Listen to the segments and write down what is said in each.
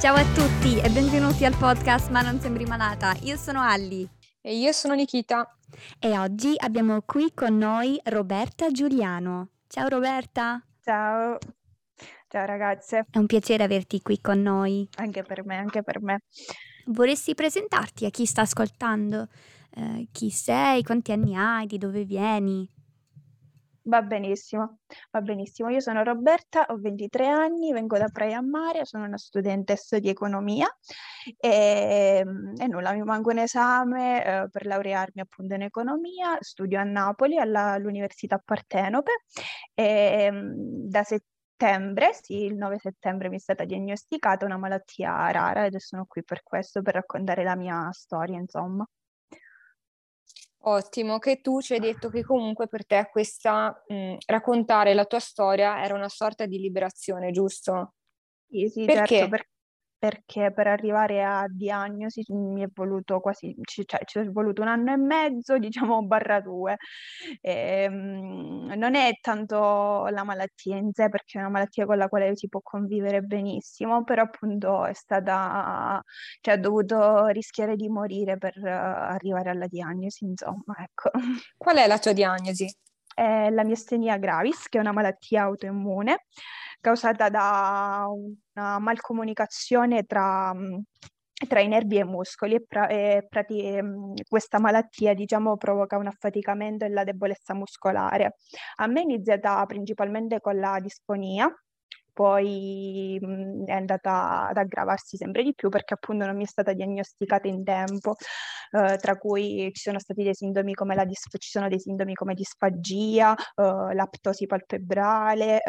Ciao a tutti e benvenuti al podcast Ma non sembri malata. Io sono Alli E io sono Nikita. e oggi abbiamo qui con noi Roberta Giuliano. Ciao Roberta, Ciao, ciao ragazze, è un piacere averti qui con noi. anche per me. Vorresti presentarti a chi sta ascoltando? Chi sei, quanti anni hai, di dove vieni? Va benissimo. Io sono Roberta, ho 23 anni, vengo da Praia a Mare, sono una studentessa di economia e nulla, mi manca un esame per laurearmi appunto in economia, studio a Napoli all'Università Partenope e da settembre, sì, il 9 settembre mi è stata diagnosticata una malattia rara ed sono qui per questo, per raccontare la mia storia, insomma. Ottimo, che tu ci hai detto che comunque per te raccontare la tua storia era una sorta di liberazione, giusto? Sì, Perché? certo, perché per arrivare a diagnosi mi è voluto ci è voluto 1 anno e mezzo, diciamo, /2. Non è tanto la malattia in sé, perché è una malattia con la quale si può convivere benissimo, però appunto ho dovuto rischiare di morire per arrivare alla diagnosi, insomma, ecco. Qual è la tua diagnosi? È la miastenia gravis, che è una malattia autoimmune causata da una malcomunicazione tra i nervi e i muscoli questa malattia, diciamo, provoca un affaticamento e la debolezza muscolare. A me è iniziata principalmente con la disfonia, poi è andata ad aggravarsi sempre di più perché appunto non mi è stata diagnosticata in tempo, tra cui ci sono stati dei sintomi come ci sono dei sintomi come disfagia, l'aptosi palpebrale,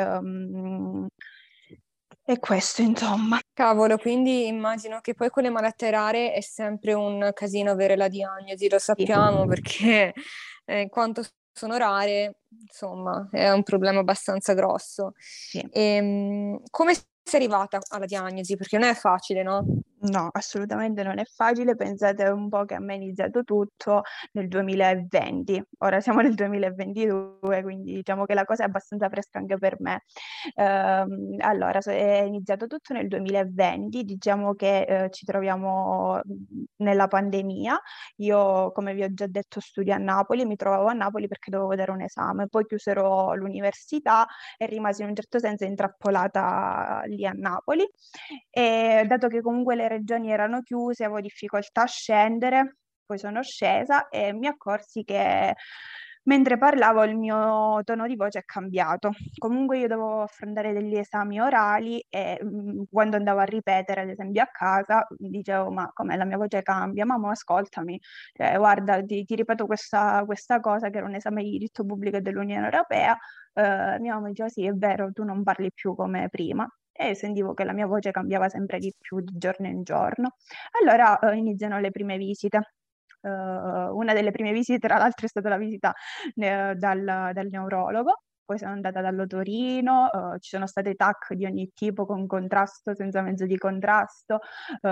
e questo, insomma. Cavolo, quindi immagino che poi con le malattie rare è sempre un casino avere la diagnosi, lo sappiamo, perché in quanto sono rare, insomma, è un problema abbastanza grosso. Sì. Come sei arrivata alla diagnosi? Perché non è facile, no? No, assolutamente non è facile. Pensate un po' che a me è iniziato tutto nel 2020. Ora siamo nel 2022, quindi diciamo che la cosa è abbastanza fresca anche per me. Allora, è iniziato tutto nel 2020, diciamo che ci troviamo nella pandemia. Io, come vi ho già detto, studio a Napoli, mi trovavo a Napoli perché dovevo dare un esame, poi chiusero l'università e rimasi in un certo senso intrappolata lì a Napoli. E dato che comunque le regioni erano chiuse, avevo difficoltà a scendere, poi sono scesa e mi accorsi che mentre parlavo il mio tono di voce è cambiato. Comunque io dovevo affrontare degli esami orali e quando andavo a ripetere, ad esempio a casa, dicevo: ma com'è, la mia voce cambia? Mamma, ascoltami, cioè, guarda, ti ripeto questa cosa, che era un esame di diritto pubblico e dell'Unione Europea. Mia mamma diceva: sì, è vero, tu non parli più come prima. E sentivo che la mia voce cambiava sempre di più di giorno in giorno. Allora iniziano le prime visite. Una delle prime visite, tra l'altro, è stata la visita dal neurologo. Poi sono andata dall'otorino, ci sono state TAC di ogni tipo, con contrasto, senza mezzo di contrasto,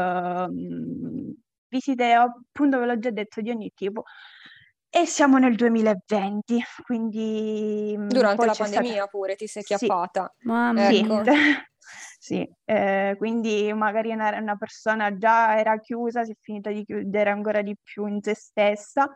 visite, appunto, ve l'ho già detto, di ogni tipo. E siamo nel 2020, quindi Durante poi la c'è pandemia stata... pure ti sei Sì, chiappata. Mamma sì, Ecco. mia. sì, quindi magari una persona già era chiusa, si è finita di chiudere ancora di più in se stessa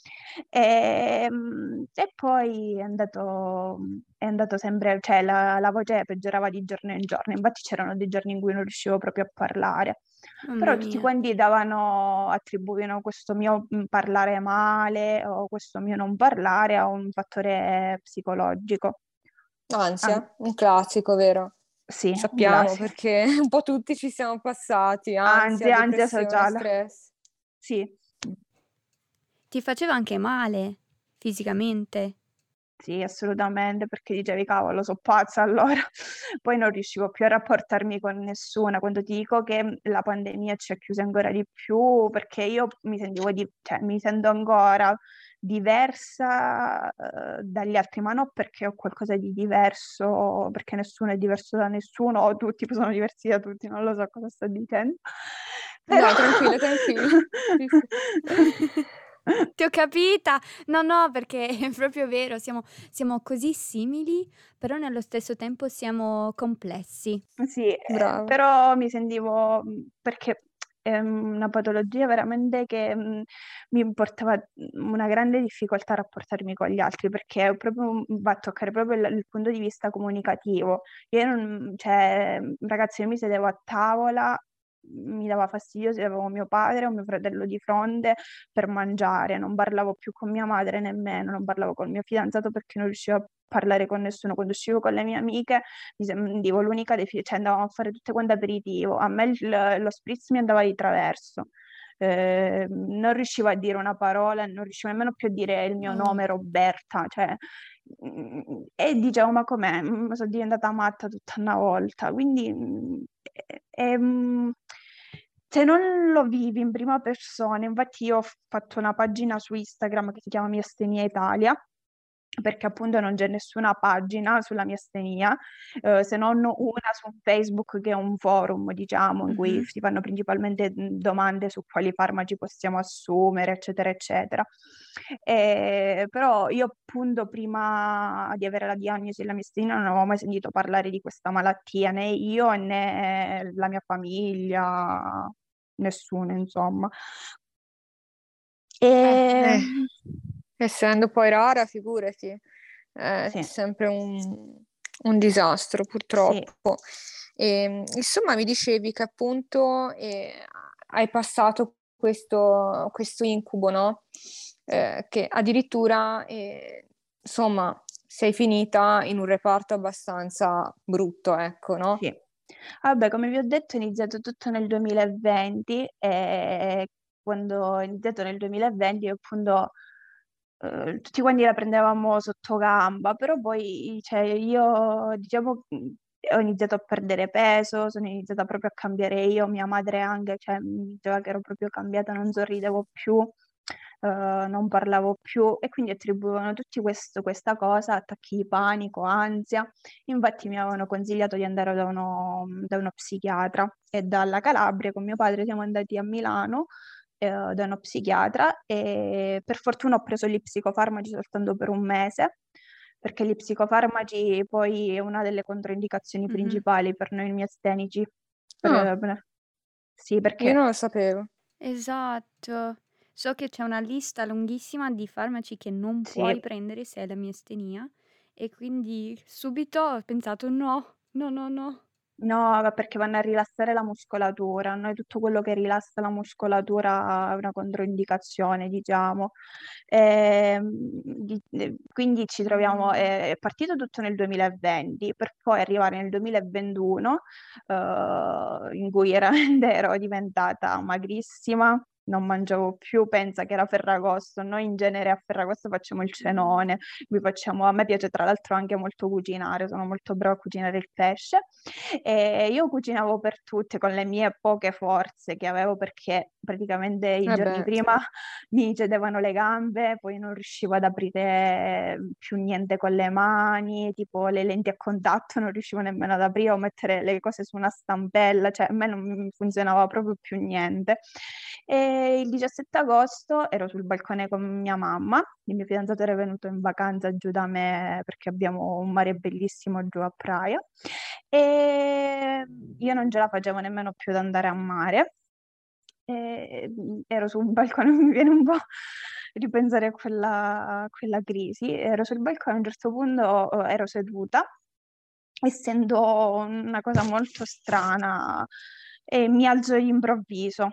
e poi è andato sempre, cioè la voce peggiorava di giorno in giorno, infatti c'erano dei giorni in cui non riuscivo proprio a parlare. Mamma Però tutti mia. quanti attribuivano questo mio parlare male o questo mio non parlare a un fattore psicologico. Ansia, un classico, vero? Sì, un Sappiamo classico. perché un po' tutti ci siamo passati, ansia, Ansia depressione, sociale. stress. Sì, Ti faceva anche male fisicamente? sì, assolutamente, perché dicevi: cavolo, so pazza allora. Poi non riuscivo più a rapportarmi con nessuna. Quando ti dico che la pandemia ci ha chiuso ancora di più, perché io mi sentivo cioè, mi sento ancora diversa dagli altri, ma non perché ho qualcosa di diverso, perché nessuno è diverso da nessuno, o tutti sono diversi da tutti, non lo so cosa sto dicendo. Però... No, tranquilla, tranquilla. Sì, sì. Ti ho capita. No, no, perché è proprio vero, siamo così simili, però nello stesso tempo siamo complessi. Sì, Brava. però mi sentivo, perché è una patologia veramente che mi portava una grande difficoltà a rapportarmi con gli altri, perché proprio va a toccare proprio il punto di vista comunicativo. Io non, cioè, ragazzi, io mi sedevo a tavola, mi dava fastidio se avevo mio padre o mio fratello di fronte per mangiare, non parlavo più con mia madre nemmeno, non parlavo con il mio fidanzato perché non riuscivo a parlare con nessuno. Quando uscivo con le mie amiche mi sentivo l'unica cioè andavamo a fare tutte quante aperitivo. A me lo spritz mi andava di traverso. Non riuscivo a dire una parola, non riuscivo nemmeno più a dire il mio nome, Roberta, cioè, e dicevo, ma com'è? Sono diventata matta tutta una volta. Quindi, se non lo vivi in prima persona, infatti io ho fatto una pagina su Instagram che si chiama Miastenia Italia, perché appunto non c'è nessuna pagina sulla miastenia, se non una su Facebook che è un forum, diciamo, in cui si fanno principalmente domande su quali farmaci possiamo assumere, eccetera, eccetera. Però io appunto prima di avere la diagnosi della miastenia non avevo mai sentito parlare di questa malattia, né io né la mia famiglia, nessuno, insomma. E... Essendo poi rara, figurati, è Sì, sempre un disastro, sì. purtroppo. Insomma, mi dicevi che appunto hai passato questo incubo, no? Che addirittura, insomma, sei finita in un reparto abbastanza brutto, ecco, no? Sì. Vabbè, come vi ho detto, è iniziato tutto nel 2020 e quando ho iniziato nel 2020 appunto tutti quanti la prendevamo sotto gamba, però poi cioè, io diciamo ho iniziato a perdere peso, sono iniziata proprio a cambiare io, mia madre anche, cioè, mi diceva che ero proprio cambiata, non sorridevo più, non parlavo più e quindi attribuivano tutti questa cosa, attacchi di panico, ansia. Infatti mi avevano consigliato di andare da uno psichiatra e dalla Calabria con mio padre siamo andati a Milano da uno psichiatra e per fortuna ho preso gli psicofarmaci soltanto per un mese, perché gli psicofarmaci poi è una delle controindicazioni principali per noi miastenici. Ah, Sì, io perché non lo sapevo. Esatto. So che c'è una lista lunghissima di farmaci che non sì. puoi prendere se hai la miastenia e quindi subito ho pensato no, no, no, no. No, perché vanno a rilassare la muscolatura. Noi tutto quello che rilassa la muscolatura è una controindicazione, diciamo. Quindi ci troviamo, è partito tutto nel 2020 per poi arrivare nel 2021, in cui veramente ero diventata magrissima. Non mangiavo più, pensa che era Ferragosto. Noi in genere a Ferragosto facciamo il cenone, a me piace tra l'altro anche molto cucinare, sono molto brava a cucinare il pesce. E io cucinavo per tutte con le mie poche forze che avevo perché praticamente i giorni Beh, prima mi cedevano le gambe, poi non riuscivo ad aprire più niente con le mani, tipo le lenti a contatto non riuscivo nemmeno ad aprire o mettere le cose su una stampella, cioè a me non funzionava proprio più niente. E il 17 agosto ero sul balcone con mia mamma, il mio fidanzato era venuto in vacanza giù da me perché abbiamo un mare bellissimo giù a Praia e io non ce la facevo nemmeno più ad andare a mare. Ero su un balcone, mi viene un po' ripensare a quella crisi. Ero sul balcone, a un certo punto ero seduta e sento una cosa molto strana e mi alzo d'improvviso.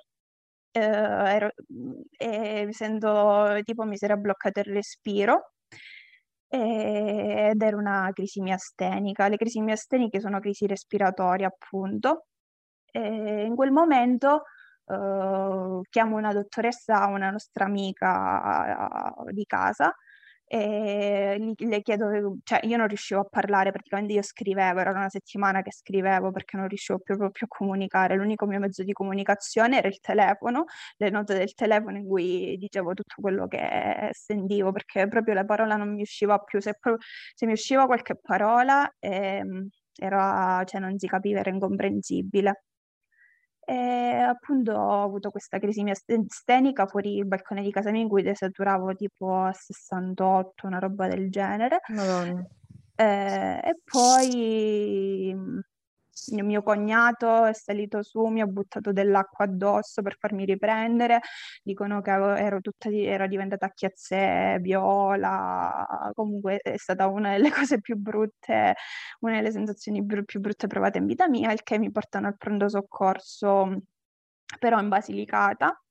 Sento tipo mi si era bloccato il respiro ed era una crisi miastenica. Le crisi miasteniche sono crisi respiratorie, appunto. E in quel momento chiamo una dottoressa, una nostra amica di casa, e le chiedo, cioè io non riuscivo a parlare, praticamente io scrivevo, era una settimana che scrivevo perché non riuscivo più a comunicare, l'unico mio mezzo di comunicazione era il telefono, le note del telefono in cui dicevo tutto quello che sentivo, perché proprio la parola non mi usciva più, se mi usciva qualche parola cioè non si capiva, era incomprensibile. E appunto ho avuto questa crisi stenica fuori il balcone di casa mia in cui desaturavo tipo a 68, una roba del genere. Madonna. E poi il mio cognato è salito su, mi ha buttato dell'acqua addosso per farmi riprendere. Dicono che ero diventata a chiazze viola. Comunque è stata una delle cose più brutte, una delle sensazioni più brutte provate in vita mia, il che mi portano al pronto soccorso, però in Basilicata.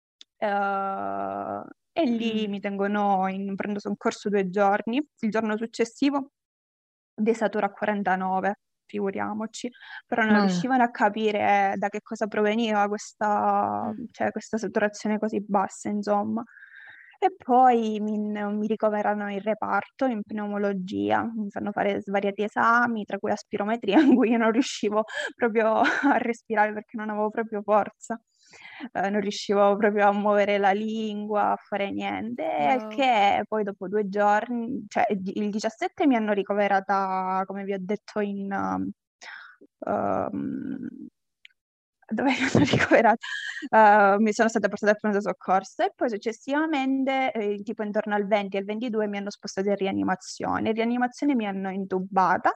E lì mi tengono in pronto soccorso 2 giorni. Il giorno successivo desatura a 49, figuriamoci, però non Ma riuscivano a capire da che cosa proveniva questa saturazione così bassa, insomma. E poi mi ricoverano in reparto, in pneumologia, mi fanno fare svariati esami, tra cui la spirometria, in cui io non riuscivo proprio a respirare perché non avevo proprio forza. Non riuscivo proprio a muovere la lingua, a fare niente, Wow. che poi dopo 2 giorni, cioè il 17 mi hanno ricoverata, come vi ho detto, um, dove mi hanno ricoverata? Mi sono stata portata al pronto soccorso e poi successivamente, tipo intorno al 20 e al 22, mi hanno spostato in rianimazione. In rianimazione mi hanno intubata.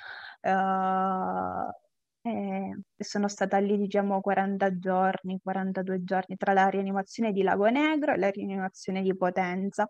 E sono stata lì, diciamo, 40 giorni, 42 giorni tra la rianimazione di Lago Negro e la rianimazione di Potenza.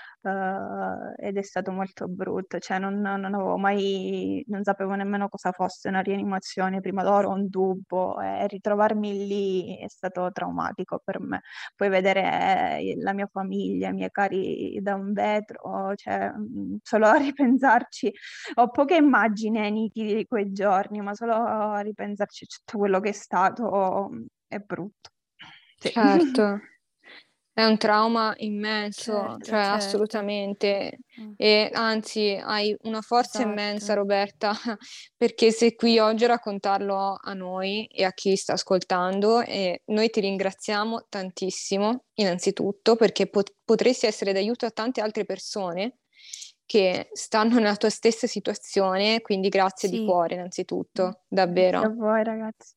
Ed è stato molto brutto, cioè non avevo mai, non sapevo nemmeno cosa fosse una rianimazione, prima d'ora un tubo, e ritrovarmi lì è stato traumatico per me. Poi vedere la mia famiglia, i miei cari da un vetro, cioè solo a ripensarci, ho poche immagini nitide di quei giorni, ma solo a ripensarci a tutto quello che è stato è brutto. Sì. certo, è un trauma immenso, Certo, cioè certo. assolutamente. Mm. E anzi, hai una forza Esatto. immensa, Roberta, perché sei qui oggi a raccontarlo a noi e a chi sta ascoltando e noi ti ringraziamo tantissimo, innanzitutto, perché potresti essere d'aiuto a tante altre persone che stanno nella tua stessa situazione, quindi grazie di Sì. cuore, innanzitutto, Grazie a davvero. voi ragazzi.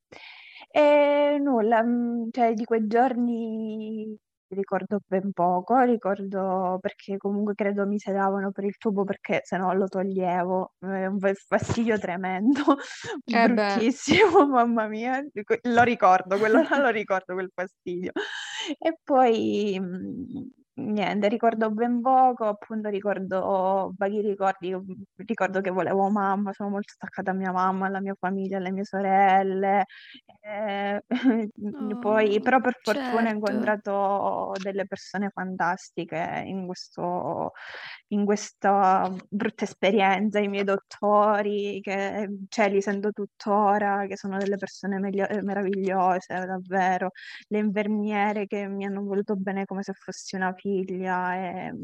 E nulla, cioè di quei giorni ricordo ben poco, ricordo perché comunque credo mi sedavano per il tubo perché se no lo toglievo, è un bel fastidio tremendo, Eh beh, bruttissimo, mamma mia, lo ricordo, quello là lo ricordo, quel fastidio. E poi niente, ricordo ben poco, appunto ricordo vaghi ricordi, ricordo che volevo mamma, sono molto attaccata a mia mamma, alla mia famiglia, alle mie sorelle. Eh, Poi, Oh, però per fortuna ho certo. incontrato delle persone fantastiche in questa brutta esperienza, i miei dottori, che cioè, li sento tuttora, che sono delle persone meravigliose, davvero, le infermiere che mi hanno voluto bene come se fossi una figlia.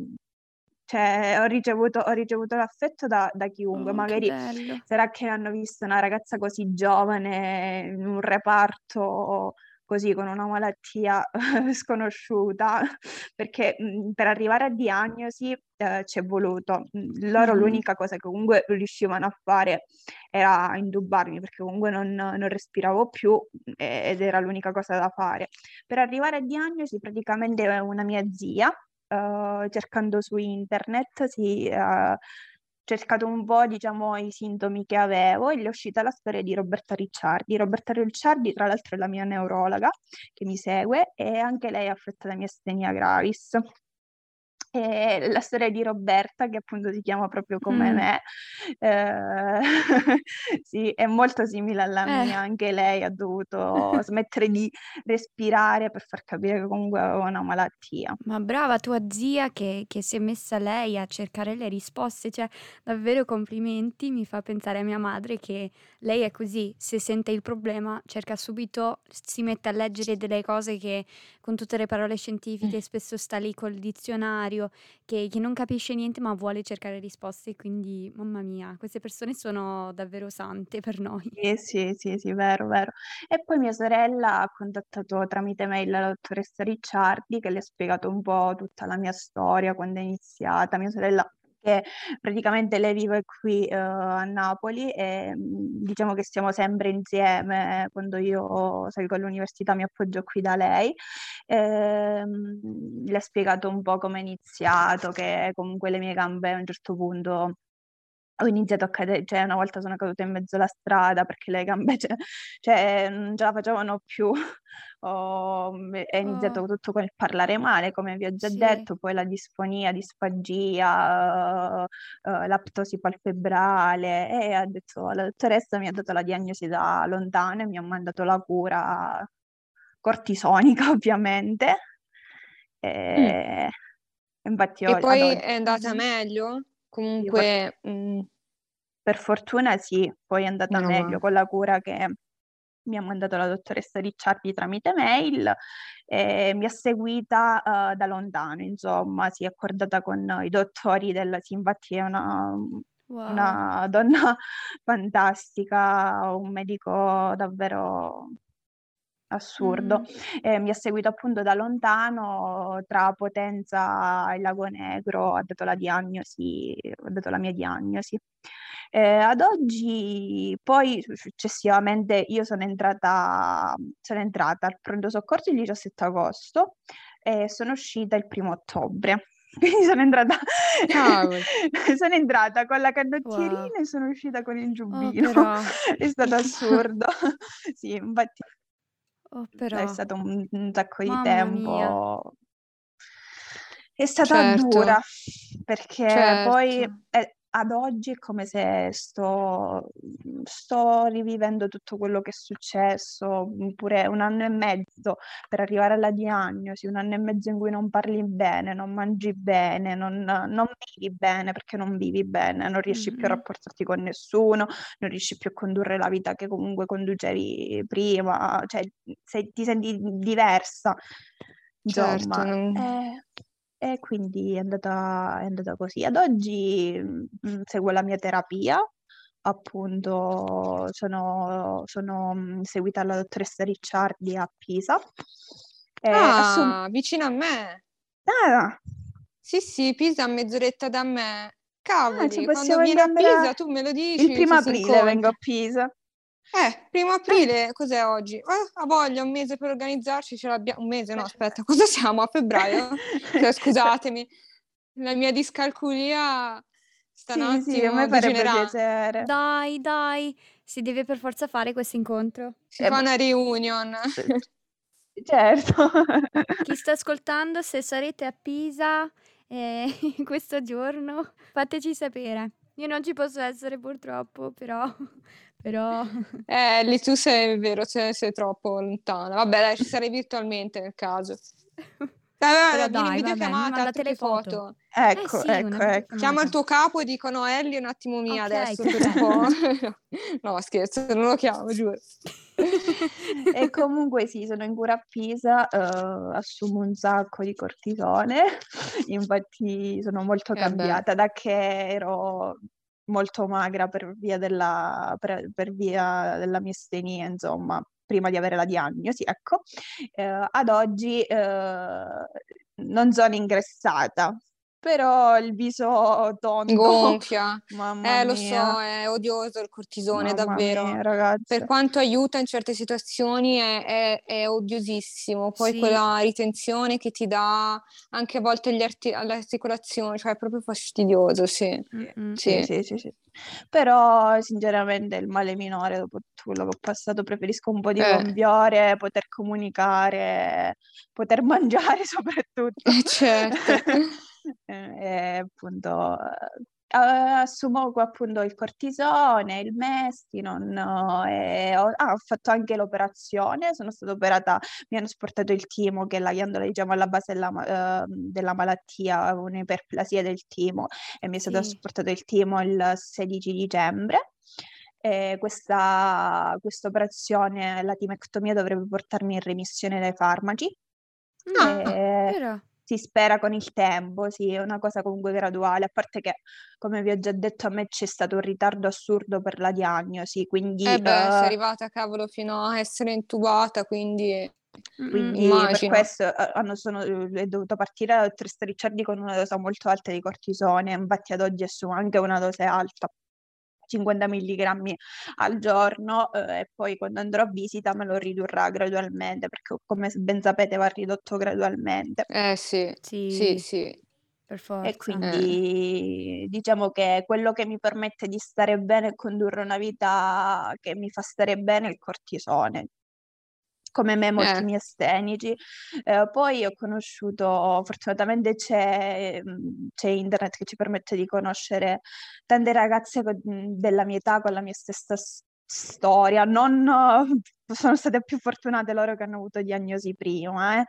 Cioè, ho ricevuto l'affetto da chiunque, Oh, che magari bello. sarà che hanno visto una ragazza così giovane in un reparto così con una malattia sconosciuta, perché per arrivare a diagnosi ci è voluto. Loro Mhm. l'unica cosa che comunque riuscivano a fare era intubarmi, perché comunque non respiravo più ed era l'unica cosa da fare. Per arrivare a diagnosi, praticamente una mia zia cercando su internet, cercato un po', diciamo, i sintomi che avevo e gli è uscita la storia di Roberta Ricciardi. Roberta Ricciardi, tra l'altro, è la mia neurologa che mi segue e anche lei è affetta da miastenia gravis. E la storia di Roberta, che appunto si chiama proprio come Mm. me, eh, sì, è molto simile alla Eh, mia. Anche lei ha dovuto smettere di respirare per far capire che comunque aveva una malattia. ma brava tua zia che si è messa lei a cercare le risposte, cioè davvero complimenti, mi fa pensare a mia madre che lei è così, se sente il problema cerca subito, si mette a leggere delle cose che con tutte le parole scientifiche spesso sta lì col dizionario, che non capisce niente ma vuole cercare risposte, quindi mamma mia, queste persone sono davvero sante per noi. Sì, sì, sì, vero, vero. E poi mia sorella ha contattato tramite mail la dottoressa Ricciardi che le ha spiegato un po' tutta la mia storia, quando è iniziata. Mia sorella che praticamente lei vive qui a Napoli e diciamo che stiamo sempre insieme. Quando io salgo all'università mi appoggio qui da lei. Le ha spiegato un po' come è iniziato, che comunque le mie gambe a un certo punto ho iniziato a cadere, cioè una volta sono caduta in mezzo alla strada perché le gambe cioè, non ce la facevano più. È iniziato Oh, tutto con il parlare male, come vi ho già sì. detto, poi la disfonia, disfagia, l'aptosi palpebrale, e ha detto, la dottoressa mi ha dato la diagnosi da lontano e mi ha mandato la cura cortisonica, ovviamente. Mm. E, infatti E ad poi oggi. è andata meglio? Io per Comunque, Per fortuna sì, poi è andata meno meglio male. con la cura che mi ha mandato la dottoressa Ricciardi tramite mail e mi ha seguita da lontano, insomma, si è accordata con i dottori sì, infatti è Wow. una donna fantastica, un medico davvero assurdo. Mm. Mi ha seguito appunto da lontano tra Potenza e Lago Negro, ha dato la diagnosi, ha dato la mia diagnosi. Ad oggi, poi successivamente, io sono entrata al pronto soccorso il 17 agosto e sono uscita il 1° ottobre. Quindi Cavolo. sono entrata con la Wow. cannottierina e sono uscita con il Oh, giubbino. però. È stato assurdo. Sì, infatti Oh, è però. stato un sacco di Mamma mia. tempo. È stata dura Certo, perché poi certo. ad oggi è come se sto rivivendo tutto quello che è successo, pure 1 anno e mezzo per arrivare alla diagnosi, 1 anno e mezzo in cui non parli bene, non mangi bene, non vivi bene perché non vivi bene, non riesci più a Mm-mm. rapportarti con nessuno, non riesci più a condurre la vita che comunque conducevi prima, cioè ti senti diversa, Certo, insomma. E quindi è andata così. Ad oggi seguo la mia terapia, appunto sono seguita dalla dottoressa Ricciardi a Pisa. E Ah, vicino a me. Ah, Sì, sì, Pisa a mezz'oretta da me. ci Cavoli, quando possiamo vieni a Pisa andare tu me lo il dici, primo ci si aprile, vengo a incontra. Pisa. 1° aprile, cos'è oggi? Ha voglia, un mese per organizzarci, ce l'abbiamo. Un mese, no, aspetta, cosa siamo? A febbraio? Cioè, scusatemi, la mia discalculia sta un Sì, sì, a attimo me farebbe degenerando. piacere. Dai, dai. Si deve per forza fare questo incontro. Si fa una reunion. Certo. Chi sta ascoltando, se sarete a Pisa questo giorno, fateci sapere. Io non ci posso essere purtroppo, però. Lì tu sei, è vero, sei troppo lontana. Vabbè, dai, ci sarei virtualmente nel caso. Dai, vai, Però vai, vieni in dai, vabbè, mi videochiamata, altro mandate le che foto. foto. Ecco, Sì, una ecco, ecco. Chiama il videochiamata. tuo capo e dicono Ellie un attimo mia Ok, adesso per un po'. perfetto. No, scherzo, non lo chiamo, giuro. E comunque sì, sono in cura a Pisa, assumo un sacco di cortisone, infatti sono molto Beh, cambiata da che ero molto magra per via della mia astenia, insomma, prima di avere la diagnosi, ecco. Ad oggi non sono ingrassata, però il viso tondo, gonfia. mamma Lo so, mia, è odioso il cortisone, mamma mia, davvero. Per ragazze. quanto aiuta in certe situazioni è odiosissimo. Poi Sì. quella ritenzione che ti dà anche a volte alle articolazioni, cioè è proprio fastidioso, sì. Mm-mm. Sì, Sì. sì, sì, sì. Però sinceramente il male minore dopo tutto quello che ho passato, preferisco un po' di Eh, conviore, poter comunicare, poter mangiare soprattutto. certo. E appunto assumo appunto il cortisone, il Mestinon, ho fatto anche l'operazione, sono stata operata, mi hanno sportato il timo, che è la ghiandola diciamo alla base della malattia, un'iperplasia del timo, e mi è stato Sì. asportato il timo il 16 dicembre. Questa operazione, la timectomia, dovrebbe portarmi in remissione dai farmaci. Ah, E Però. si spera con il tempo, sì, è una cosa comunque graduale, a parte che, come vi ho già detto, a me c'è stato un ritardo assurdo per la diagnosi, quindi beh, sei arrivata, cavolo, fino a essere intubata, quindi Quindi per Immagino. questo è dovuto partire la dottoressa Ricciardi con una dose molto alta di cortisone, infatti ad oggi assumo anche una dose alta, 50 mg al giorno, e poi quando andrò a visita me lo ridurrà gradualmente, perché come ben sapete va ridotto gradualmente. Sì, sì, Sì, sì. per E forza. quindi diciamo che quello che mi permette di stare bene e condurre una vita che mi fa stare bene è il cortisone. Come me molti Eh, miei astenici. Poi ho conosciuto, fortunatamente c'è internet che ci permette di conoscere tante ragazze della mia età, con la mia stessa storia. Non sono state più fortunate loro che hanno avuto diagnosi prima,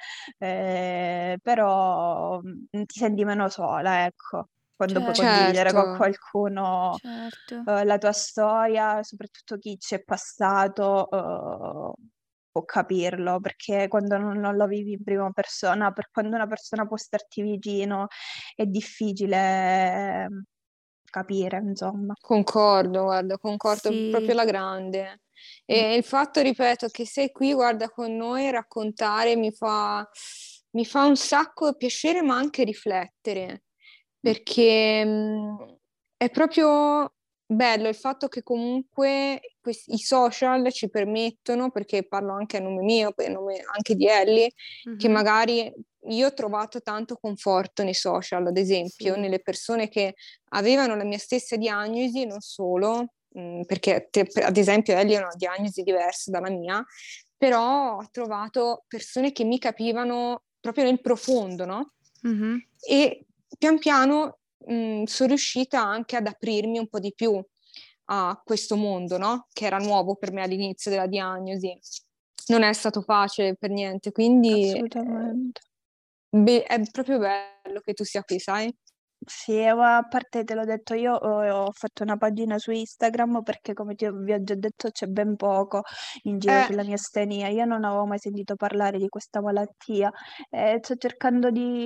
però ti senti meno sola, ecco, quando puoi condividere con certo. qualcuno Certo. la tua storia, soprattutto chi ci è passato, può capirlo, perché quando non lo vivi in prima persona, per quando una persona può starti vicino, è difficile capire, insomma. Concordo, guarda, concordo proprio Sì. alla grande. Mm. E il fatto, ripeto, che sei qui, guarda, con noi a raccontare mi fa un sacco piacere, ma anche riflettere, Mm. perché è proprio bello il fatto che comunque i social ci permettono, perché parlo anche a nome mio, poi a nome anche di Ellie, che Mhm. magari io ho trovato tanto conforto nei social, ad esempio, Sì. nelle persone che avevano la mia stessa diagnosi, non solo, perché ad esempio Ellie ha una diagnosi diversa dalla mia, però ho trovato persone che mi capivano proprio nel profondo, no? Mhm. E pian piano sono riuscita anche ad aprirmi un po' di più a questo mondo, no? Che era nuovo per me all'inizio della diagnosi. Non è stato facile per niente, quindi Assolutamente. è proprio bello che tu sia qui, sai? Sì, ma a parte te l'ho detto, io ho fatto una pagina su Instagram perché come vi ho già detto c'è ben poco in giro Eh, sulla mia astenia. Io non avevo mai sentito parlare di questa malattia e sto cercando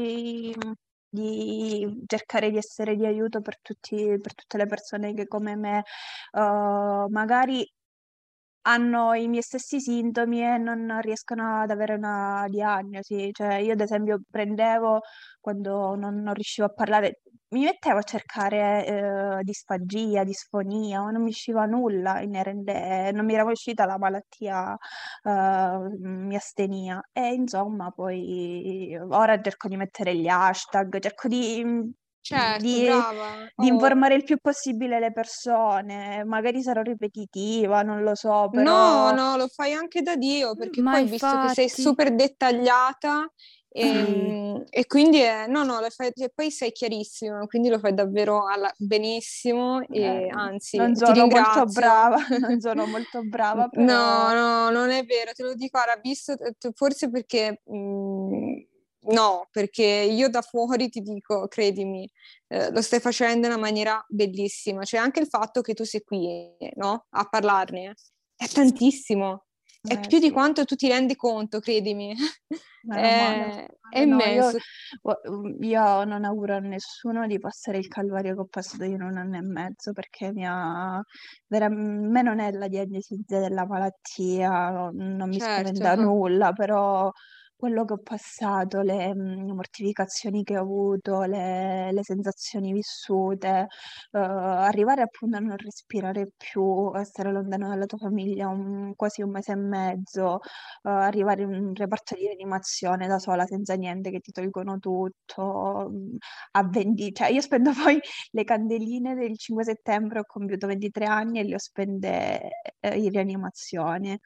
di cercare di essere di aiuto per tutte le persone che come me magari hanno i miei stessi sintomi e non riescono ad avere una diagnosi. Cioè, io ad esempio prendevo, quando non riuscivo a parlare, mi mettevo a cercare disfagia, disfonia, ma non mi usciva nulla inerente, non mi era mai uscita la malattia miastenia. E insomma, poi ora cerco di mettere gli hashtag, cerco certo, di brava. di Oh. informare il più possibile le persone. Magari sarò ripetitiva, non lo so, No, però no, lo fai anche da Dio, perché Ma poi visto che sei infatti, super dettagliata sì. e quindi no, no, e poi sei chiarissima, quindi lo fai davvero benissimo e anzi non ti sono molto ringrazio. brava, non sono molto brava, No, però no, non è vero, te lo dico, ora, visto, forse perché, no, perché io da fuori ti dico, credimi, lo stai facendo in una maniera bellissima, cioè anche il fatto che tu sei qui, no, a parlarne, è tantissimo, è più di sì. quanto tu ti rendi conto, credimi, Meno male, meno è male. No, immenso. io non auguro a nessuno di passare il calvario che ho passato io in un anno e mezzo, perché me non è la diagnosi della malattia, non mi Certo, spaventa nulla, però quello che ho passato, le mortificazioni che ho avuto, le sensazioni vissute, arrivare appunto a non respirare più, a stare lontano dalla tua famiglia quasi un mese e mezzo, arrivare in un reparto di rianimazione da sola senza niente, che ti tolgono tutto, a 20, cioè io spendo poi le candeline del 5 settembre, ho compiuto 23 anni e le ho spente in rianimazione.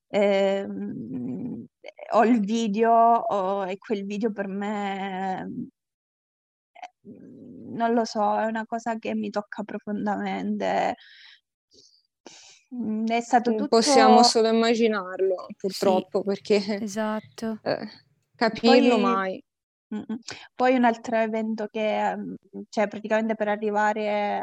Ehm, Ho il video e quel video per me, non lo so, è una cosa che mi tocca profondamente. È stato possiamo tutto, solo immaginarlo, Sì, purtroppo, perché esatto. eh, capirlo poi mai. Mm-mm. Poi un altro evento che, cioè praticamente per arrivare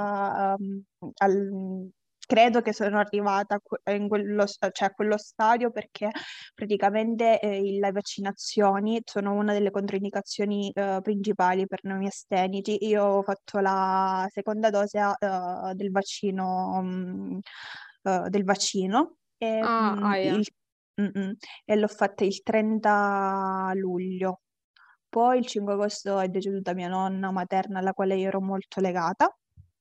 credo che sono arrivata cioè a quello stadio perché praticamente le vaccinazioni sono una delle controindicazioni principali per noi astenici. Io ho fatto la seconda dose del vaccino, del vaccino. E, Ah, mh, aia. il E l'ho fatta il 30 luglio. Poi il 5 agosto è deceduta mia nonna materna, alla quale io ero molto legata.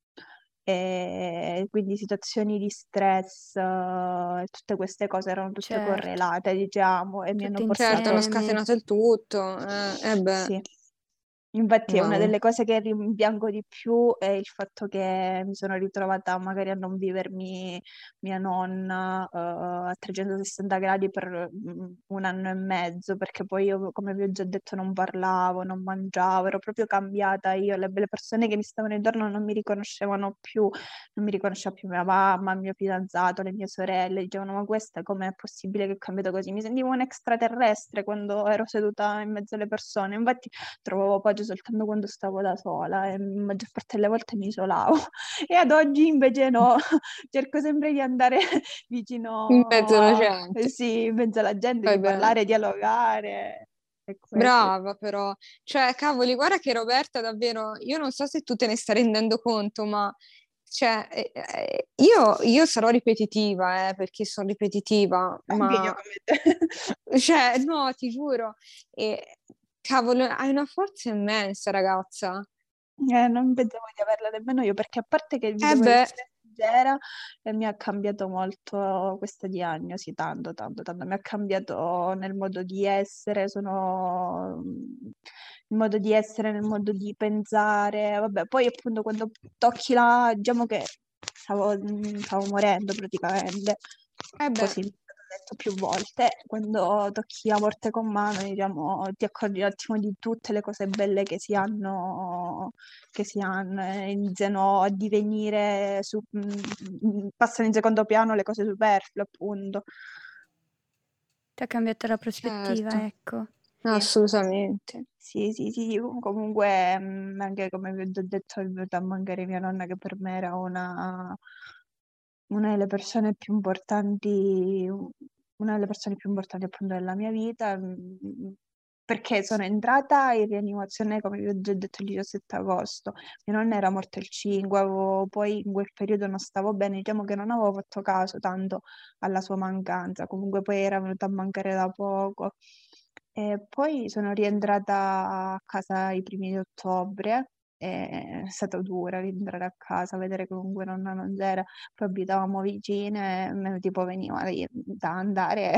E quindi situazioni di stress, tutte queste cose erano tutte Certo, correlate, diciamo, e mi hanno tutte Certo, hanno portato... insieme. scatenato il tutto. Beh, Sì. Infatti è una mamma. delle cose che rimpiango di più è il fatto che mi sono ritrovata magari a non vivermi mia nonna a 360 gradi per un anno e mezzo, perché poi io, come vi ho già detto, non parlavo, non mangiavo, ero proprio cambiata io, le persone che mi stavano intorno non mi riconoscevano più, non mi riconosceva più mia mamma, il mio fidanzato, le mie sorelle, dicevano ma questa com'è possibile che è cambiato così? Mi sentivo un extraterrestre quando ero seduta in mezzo alle persone, infatti trovavo appoggio soltanto quando stavo da sola e la maggior parte delle volte mi isolavo. E ad oggi invece no, cerco sempre di andare In vicino mezzo alla gente. sì, in mezzo alla gente, di Beh. parlare, dialogare e questo. Brava però, cioè cavoli, guarda che Roberta davvero, io non so se tu te ne stai rendendo conto, ma cioè, io sarò ripetitiva, perché sono ripetitiva, Anche io ma come te. cioè, no, ti giuro, e, cavolo, hai una forza immensa, ragazza. Non pensavo di averla nemmeno io, perché a parte che vi devo Beh, essere sincera, mi ha cambiato molto questa diagnosi, tanto, tanto, tanto. Mi ha cambiato nel modo di essere, nel modo di essere, nel modo di pensare. Vabbè, poi appunto quando tocchi la, diciamo che stavo morendo praticamente, beh, così mi è stato detto più volte. Quando tocchi la morte con mano, diciamo, ti accorgi un attimo di tutte le cose belle che si hanno, iniziano a divenire, passano in secondo piano le cose superflue, appunto. Ti ha cambiato la prospettiva, certo, ecco. Sì. assolutamente. Sì, sì, sì, comunque anche come vi ho già detto è venuta a mancare mia nonna, che per me era una delle persone più importanti, una delle persone più importanti appunto della mia vita, perché sono entrata in rianimazione, come vi ho già detto, il 17 agosto. Mia nonna era morta il 5, poi in quel periodo non stavo bene, diciamo che non avevo fatto caso tanto alla sua mancanza, comunque poi era venuta a mancare da poco. E poi sono rientrata a casa i primi di ottobre. È stato dura rientrare a casa, vedere che comunque nonna non c'era, poi abitavamo vicine, tipo veniva da andare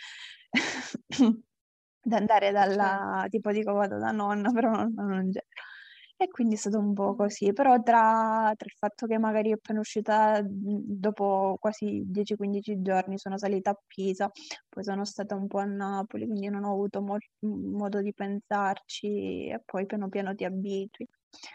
da andare Certo. dalla, tipo dico vado da nonna, però nonna non c'era. E quindi è stato un po' così, però tra il fatto che magari appena uscita dopo quasi 10-15 giorni sono salita a Pisa, poi sono stata un po' a Napoli, quindi non ho avuto modo di pensarci e poi piano piano ti abitui.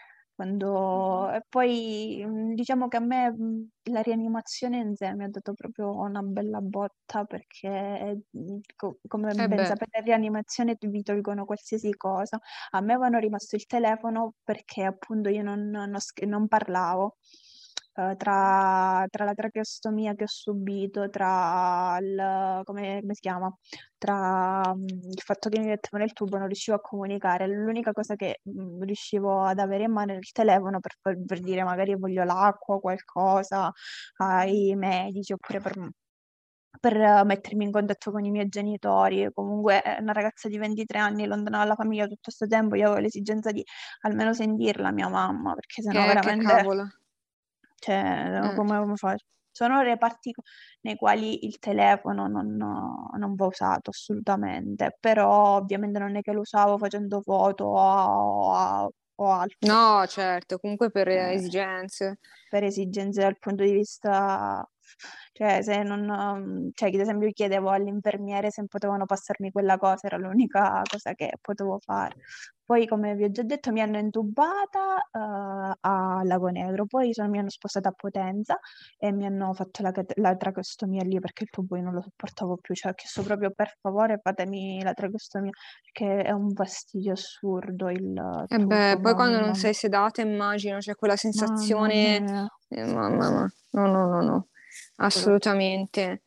E poi diciamo che a me la rianimazione in sé mi ha dato proprio una bella botta, perché come ben Beh, sapete in rianimazione vi tolgono qualsiasi cosa. A me avevano rimasto il telefono perché appunto io non parlavo. Tra la tracheostomia che ho subito, tra come si chiama? Tra il fatto che mi mettevano il tubo non riuscivo a comunicare, l'unica cosa che riuscivo ad avere in mano era il telefono per dire magari voglio l'acqua o qualcosa ai medici, oppure per mettermi in contatto con i miei genitori. Comunque una ragazza di 23 anni lontana dalla famiglia tutto questo tempo, io avevo l'esigenza di almeno sentirla mia mamma, perché sennò che veramente, cavolo. cioè, Eh. come faccio? Sono reparti nei quali il telefono non va usato assolutamente, però ovviamente non è che lo usavo facendo foto o altro. No, certo, comunque per Eh, esigenze. per esigenze dal punto di vista, cioè se non, cioè ad esempio chiedevo all'infermiere se potevano passarmi quella cosa, era l'unica cosa che potevo fare. Poi, come vi ho già detto, mi hanno intubata a Lago Negro, poi mi hanno spostata a Potenza e mi hanno fatto la tracheostomia lì, perché il tubo io non lo sopportavo più, cioè ho chiesto proprio per favore fatemi la tracheostomia, perché è un fastidio assurdo il E beh, tubo, poi quando mamma non sei mia, sedata, immagino, c'è quella mamma sensazione, mia. mamma, no, no, no, no, assolutamente.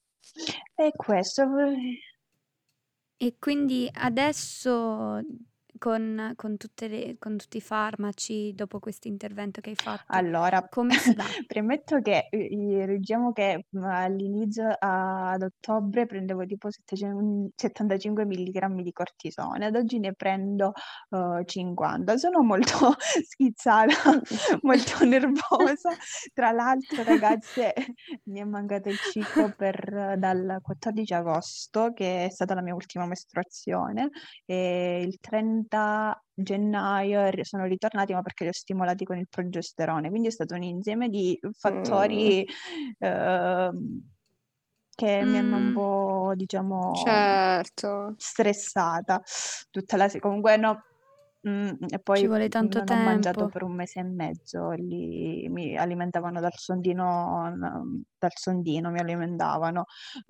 E questo, E quindi adesso con tutti i farmaci dopo questo intervento che hai fatto? Allora, Come si va? premetto che diciamo che all'inizio ad ottobre prendevo tipo 75 mg di cortisone, ad oggi ne prendo 50. Sono molto schizzata, molto nervosa. Tra l'altro, ragazze, mi è mancato il ciclo dal 14 agosto, che è stata la mia ultima mestruazione, e il 30 gennaio sono ritornati, ma perché li ho stimolati con il progesterone. Quindi è stato un insieme di fattori che mi hanno un po', diciamo, Certo. stressata tutta comunque no. E Ci poi vuole tanto non ho mangiato tempo. per un mese e mezzo, lì mi alimentavano dal sondino mi alimentavano.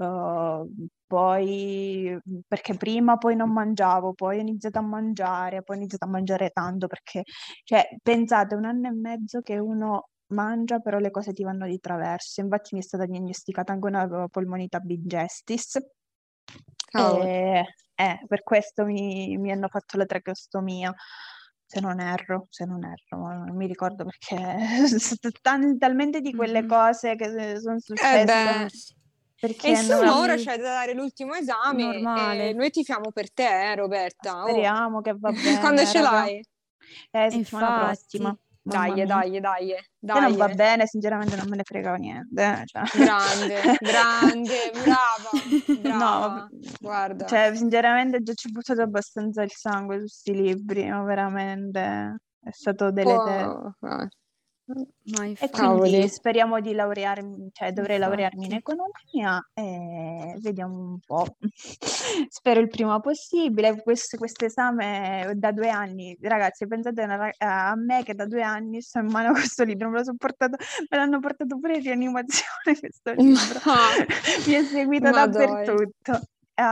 Poi, perché prima poi non mangiavo, poi ho iniziato a mangiare, poi ho iniziato a mangiare tanto, perché, cioè, pensate, 1 anno e mezzo che uno mangia, però le cose ti vanno di traverso. Infatti mi è stata diagnosticata anche una polmonite bigestis. Cavolo. E per questo mi hanno fatto la tracheostomia, se non erro, ma non mi ricordo, perché sono state talmente di quelle Mhm. cose che sono Eh successe, beh. E perché insomma, ora Sì, c'è da dare l'ultimo esame e normale. noi tifiamo per te, Roberta. Oh. speriamo che va Quando bene, ce raga. l'hai? Settimana prossima, Infatti, mamma Dai, mia. dai, dai, Se non va dai. bene, sinceramente non me ne frega niente. Cioè. Grande, grande, brava, No, brava. Guarda. cioè, sinceramente già ci ho buttato abbastanza il sangue su sti libri, no? Veramente è stato deleterio. ma E quindi Cavoli. speriamo di laurearmi, cioè dovrei laurearmi in infatti. economia e vediamo un po'. Spero il prima possibile. Questo esame da 2 anni, ragazzi, pensate a me che da 2 anni sto in mano a questo libro, me lo sopportato, me l'hanno portato pure in rianimazione questo libro. Ma, Mi è seguito ma dai. dappertutto.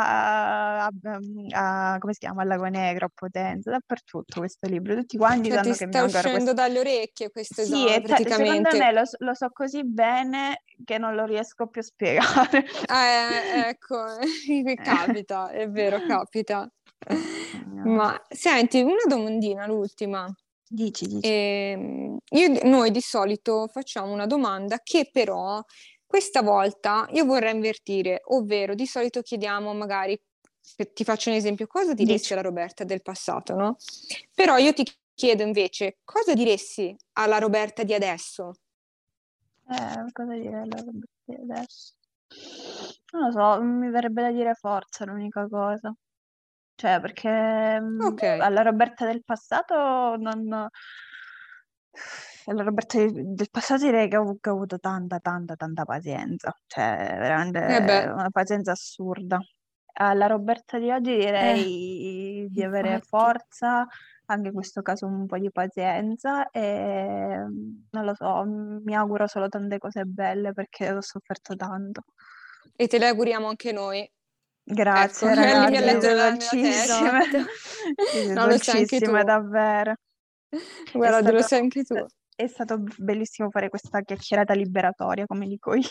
Come si chiama? A Lago Negro, a Potenza, dappertutto questo libro. Tutti quanti Cioè, ti sanno che mi sta mancano uscendo questi. dalle orecchie questo Sì, esame, secondo praticamente. me lo so così bene che non lo riesco più a spiegare. Ecco, capita, è vero, capita. No. Ma senti, una domandina, l'ultima. Dici. Noi di solito facciamo una domanda che però questa volta io vorrei invertire, ovvero di solito chiediamo magari, ti faccio un esempio, cosa diresti Dici. alla Roberta del passato, no? Però io ti chiedo invece, cosa diresti alla Roberta di adesso? Cosa dire adesso? Non lo so, mi verrebbe da dire forza, l'unica cosa. Cioè, perché Ok, alla Roberta del passato non. Alla Roberta del passato direi che ho avuto tanta, tanta, tanta pazienza. Cioè, veramente e beh, una pazienza assurda. Alla Roberta di oggi Eh, direi di avere infatti. forza, anche in questo caso un po' di pazienza e non lo so, mi auguro solo tante cose belle perché ho sofferto tanto. e te le auguriamo anche noi. Ecco, Grazie Ellie mi ha ragazzi, Oddio, letto siete nella testa. dolcissime. esatto. Siete No, lo sai anche dolcissime, tu. davvero. È Guarda, lo stato, sai anche tu. è stato bellissimo fare questa chiacchierata liberatoria, come dico io.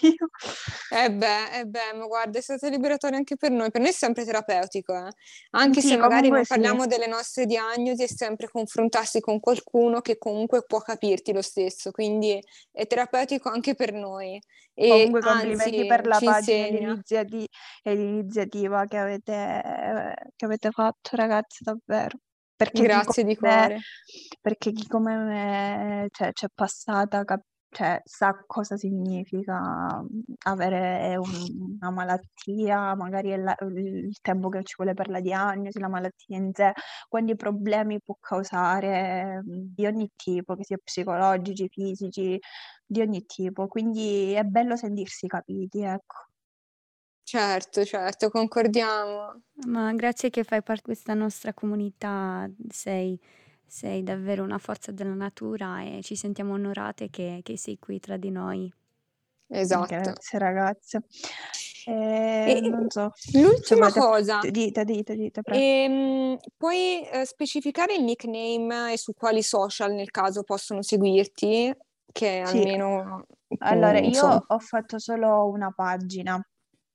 Ma guarda, è stato liberatorio anche per noi. Per noi è sempre terapeutico, eh. Anche Sì, se magari comunque non sì. parliamo delle nostre diagnosi, è sempre confrontarsi con qualcuno che comunque può capirti lo stesso. Quindi è terapeutico anche per noi. E Comunque complimenti anzi, per la ci pagina e insegna. l'iniziativa che avete fatto, ragazzi, davvero. Perché chi come Grazie di me, cuore. perché chi come me, cioè, c'è passata, cioè, sa cosa significa avere una malattia, magari il tempo che ci vuole per la diagnosi, la malattia in sé, quanti problemi può causare di ogni tipo, che sia psicologici, fisici, di ogni tipo, quindi è bello sentirsi capiti, ecco. Certo, certo, concordiamo. Ma grazie che fai parte di questa nostra comunità, sei davvero una forza della natura e ci sentiamo onorate che sei qui tra di noi. Esatto. Grazie ragazze. E Non so se l'ultima volete. cosa, Dite, prego. puoi specificare il nickname e su quali social nel caso possono seguirti, che Sì, almeno, allora io insomma. ho fatto solo una pagina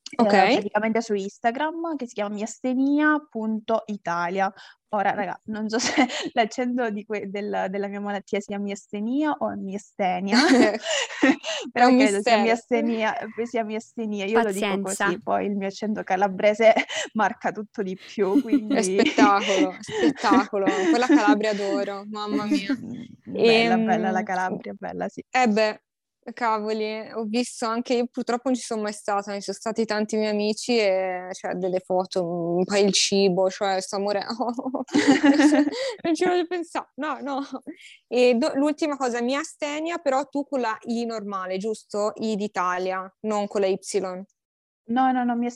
Ok. praticamente su Instagram, che si chiama miastenia.italia. Ora, raga, non so se l'accento della mia malattia sia miastenia o miastenia, È però un credo sia mistero. miastenia. Io lo dico Pazienza. così, poi il mio accento calabrese marca tutto di più, È quindi... spettacolo, spettacolo. Poi la Calabria adoro, mamma mia. Bella la Calabria, bella, sì. Beh, cavoli, ho visto anche io, purtroppo non ci sono mai stata, ci sono stati tanti miei amici e cioè, delle foto, poi il cibo, cioè sto morendo, non ci voglio pensare, no. E l'ultima cosa, mia Astenia, però tu con la I normale, giusto? I d'Italia, non con la Y. No,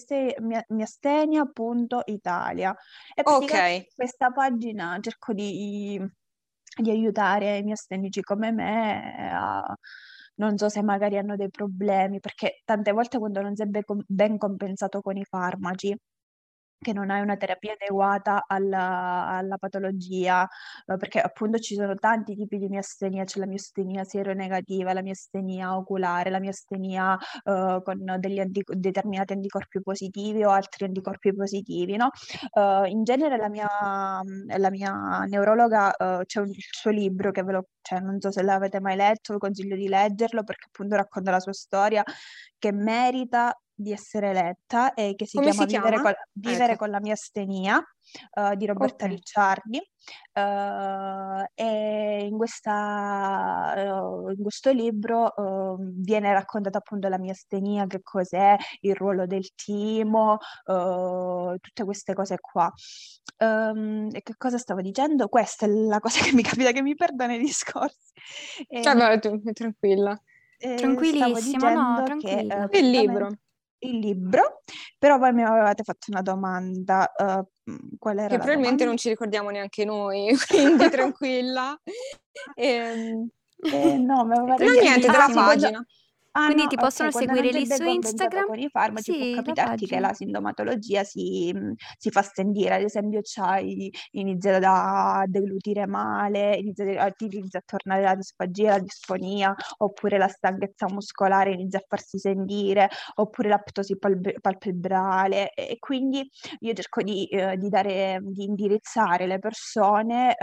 miastenia.italia. E Ok, praticamente questa pagina cerco di aiutare i miastenici come me non so se magari hanno dei problemi, perché tante volte quando non si è ben compensato con i farmaci, che non hai una terapia adeguata alla patologia, perché appunto ci sono tanti tipi di miastenia, c'è la miastenia sieronegativa, la miastenia oculare, la miastenia con determinati anticorpi positivi o altri anticorpi positivi, no? In genere la mia neurologa, c'è il suo libro che cioè, non so se l'avete mai letto, vi consiglio di leggerlo perché appunto racconta la sua storia che merita di essere letta e che si come chiama si chiama? Vivere Ecco, con la mia astenia, di ok. Roberta Ricciardi. E in questo libro viene raccontata appunto la mia astenia, che cos'è, il ruolo del timo, tutte queste cose qua. E che cosa stavo dicendo? Questa è la cosa che mi capita, che mi perdo nei discorsi. Vabbè, tu, tranquilla. Stavo Tranquillissima, no, dicendo che tranquilla. Il praticamente libro, il libro, però voi mi avevate fatto una domanda. Qual era che la probabilmente domanda? non ci ricordiamo neanche noi, quindi tranquilla. Ehm, No, mi avevate No, niente, chiesto, della sì, quando... pagina. Ah Quindi no, ti ok, possono quando non seguire c'è lì ben su compensato Instagram? con i farmaci può Sì, la capitarti che la pagina. sintomatologia si fa stendere, ad esempio inizia a deglutire male, inizia a tornare la disfagia, la disfonia, oppure la stanchezza muscolare inizia a farsi sentire, oppure la ptosi palpebrale e quindi io cerco di indirizzare le persone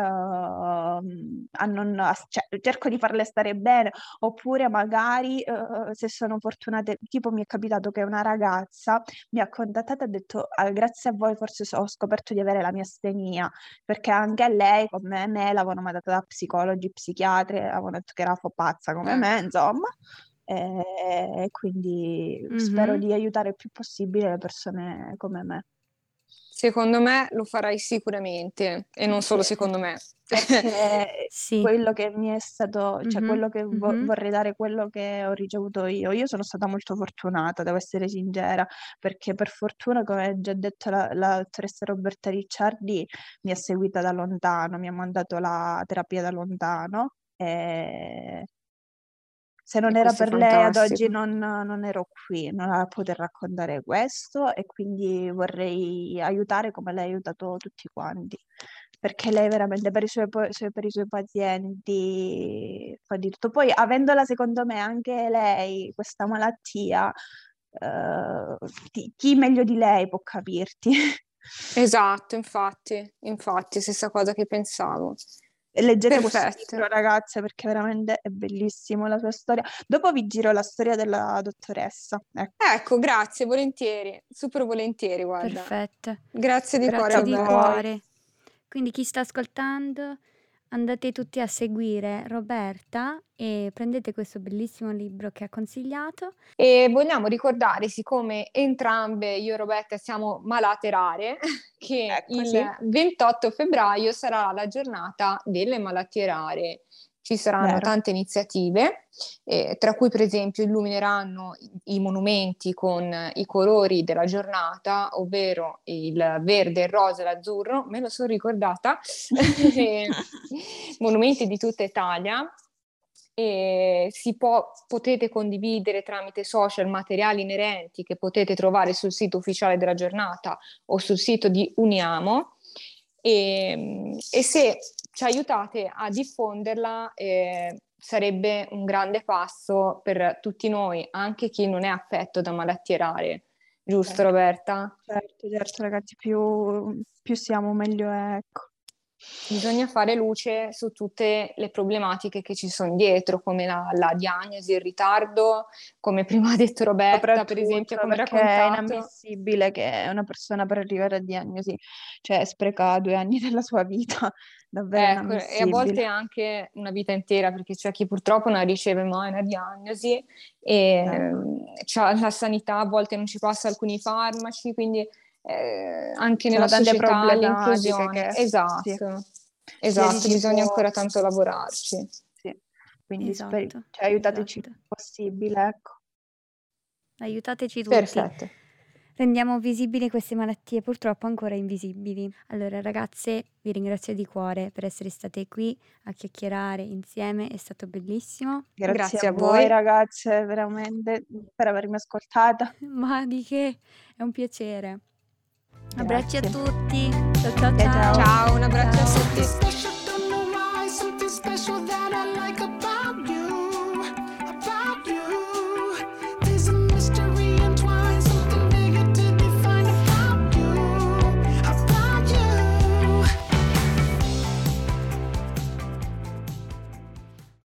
cioè, cerco di farle stare bene, oppure magari se sono fortunate, tipo mi è capitato che una ragazza mi ha contattata e ha detto grazie a voi forse ho scoperto di avere la mia astenia, perché anche a lei come me l'avevano mandata da psicologi, psichiatri, avevano detto che era pazza come me, Ecco. insomma. E quindi spero Mhm. di aiutare il più possibile le persone come me. Secondo me lo farai sicuramente, e non Sì, solo secondo me. perché Sì. quello che mi è stato, cioè Mhm, quello che mhm. vorrei dare, quello che ho ricevuto io sono stata molto fortunata, devo essere sincera, perché per fortuna, come ha già detto la dottoressa Roberta Ricciardi, mi ha seguita da lontano, mi ha mandato la terapia da lontano e se non E era questo è per lei ad oggi fantastico. non ero qui, non a poter raccontare questo e quindi vorrei aiutare come lei ha aiutato tutti quanti, perché lei veramente per i suoi pazienti fa di tutto. Poi avendola secondo me anche lei questa malattia, chi meglio di lei può capirti? Esatto, infatti, stessa cosa che pensavo. Leggete questo libro, Perfetto. ragazze, perché veramente è bellissimo la sua storia. Dopo vi giro la storia della dottoressa. Ecco. Ecco, grazie, volentieri, super volentieri, guarda. Perfetto. Grazie di cuore, Grazie Grazie a di Roberta. voi. cuore. Quindi chi sta ascoltando, andate tutti a seguire Roberta e prendete questo bellissimo libro che ha consigliato. E vogliamo ricordare, siccome entrambe, io e Roberta, siamo malate rare, che Ecco, il sì. 28 febbraio sarà la giornata delle malattie rare. Ci saranno Vero. tante iniziative, tra cui per esempio illumineranno i monumenti con i colori della giornata, ovvero il verde, il rosa e l'azzurro, me lo sono ricordata, monumenti di tutta Italia. E potete condividere tramite social materiali inerenti che potete trovare sul sito ufficiale della giornata o sul sito di Uniamo e se ci aiutate a diffonderla sarebbe un grande passo per tutti noi, anche chi non è affetto da malattie rare. giusto Certo, Roberta? certo, ragazzi, più siamo meglio è, ecco. Bisogna fare luce su tutte le problematiche che ci sono dietro, come la diagnosi, il ritardo, come prima ha detto Roberta, per esempio, Soprattutto come perché è raccontato. inammissibile che una persona per arrivare a diagnosi, cioè spreca 2 anni della sua vita, davvero Ecco, e a volte inammissibile. anche una vita intera, perché c'è chi purtroppo non riceve mai una diagnosi e la sanità a volte non ci passa alcuni farmaci, quindi anche Ci nella sono tante società problematiche l'inclusione. che, sì, Esatto, sia di esatto, bisogna tipo, ancora tanto lavorarci. sì, quindi Esatto, cioè, aiutateci il esatto. più possibile, ecco. Aiutateci tutti. Perfetto. Rendiamo visibili queste malattie purtroppo ancora invisibili. Allora ragazze, vi ringrazio di cuore per essere state qui a chiacchierare insieme, è stato bellissimo. Grazie Grazie a a voi voi. ragazze, veramente, per avermi ascoltata. Ma di che? È un piacere. Abbracci a Grazie. tutti. Ciao ciao Ciao, ciao. ciao. Ciao, un abbraccio a Ciao. tutti.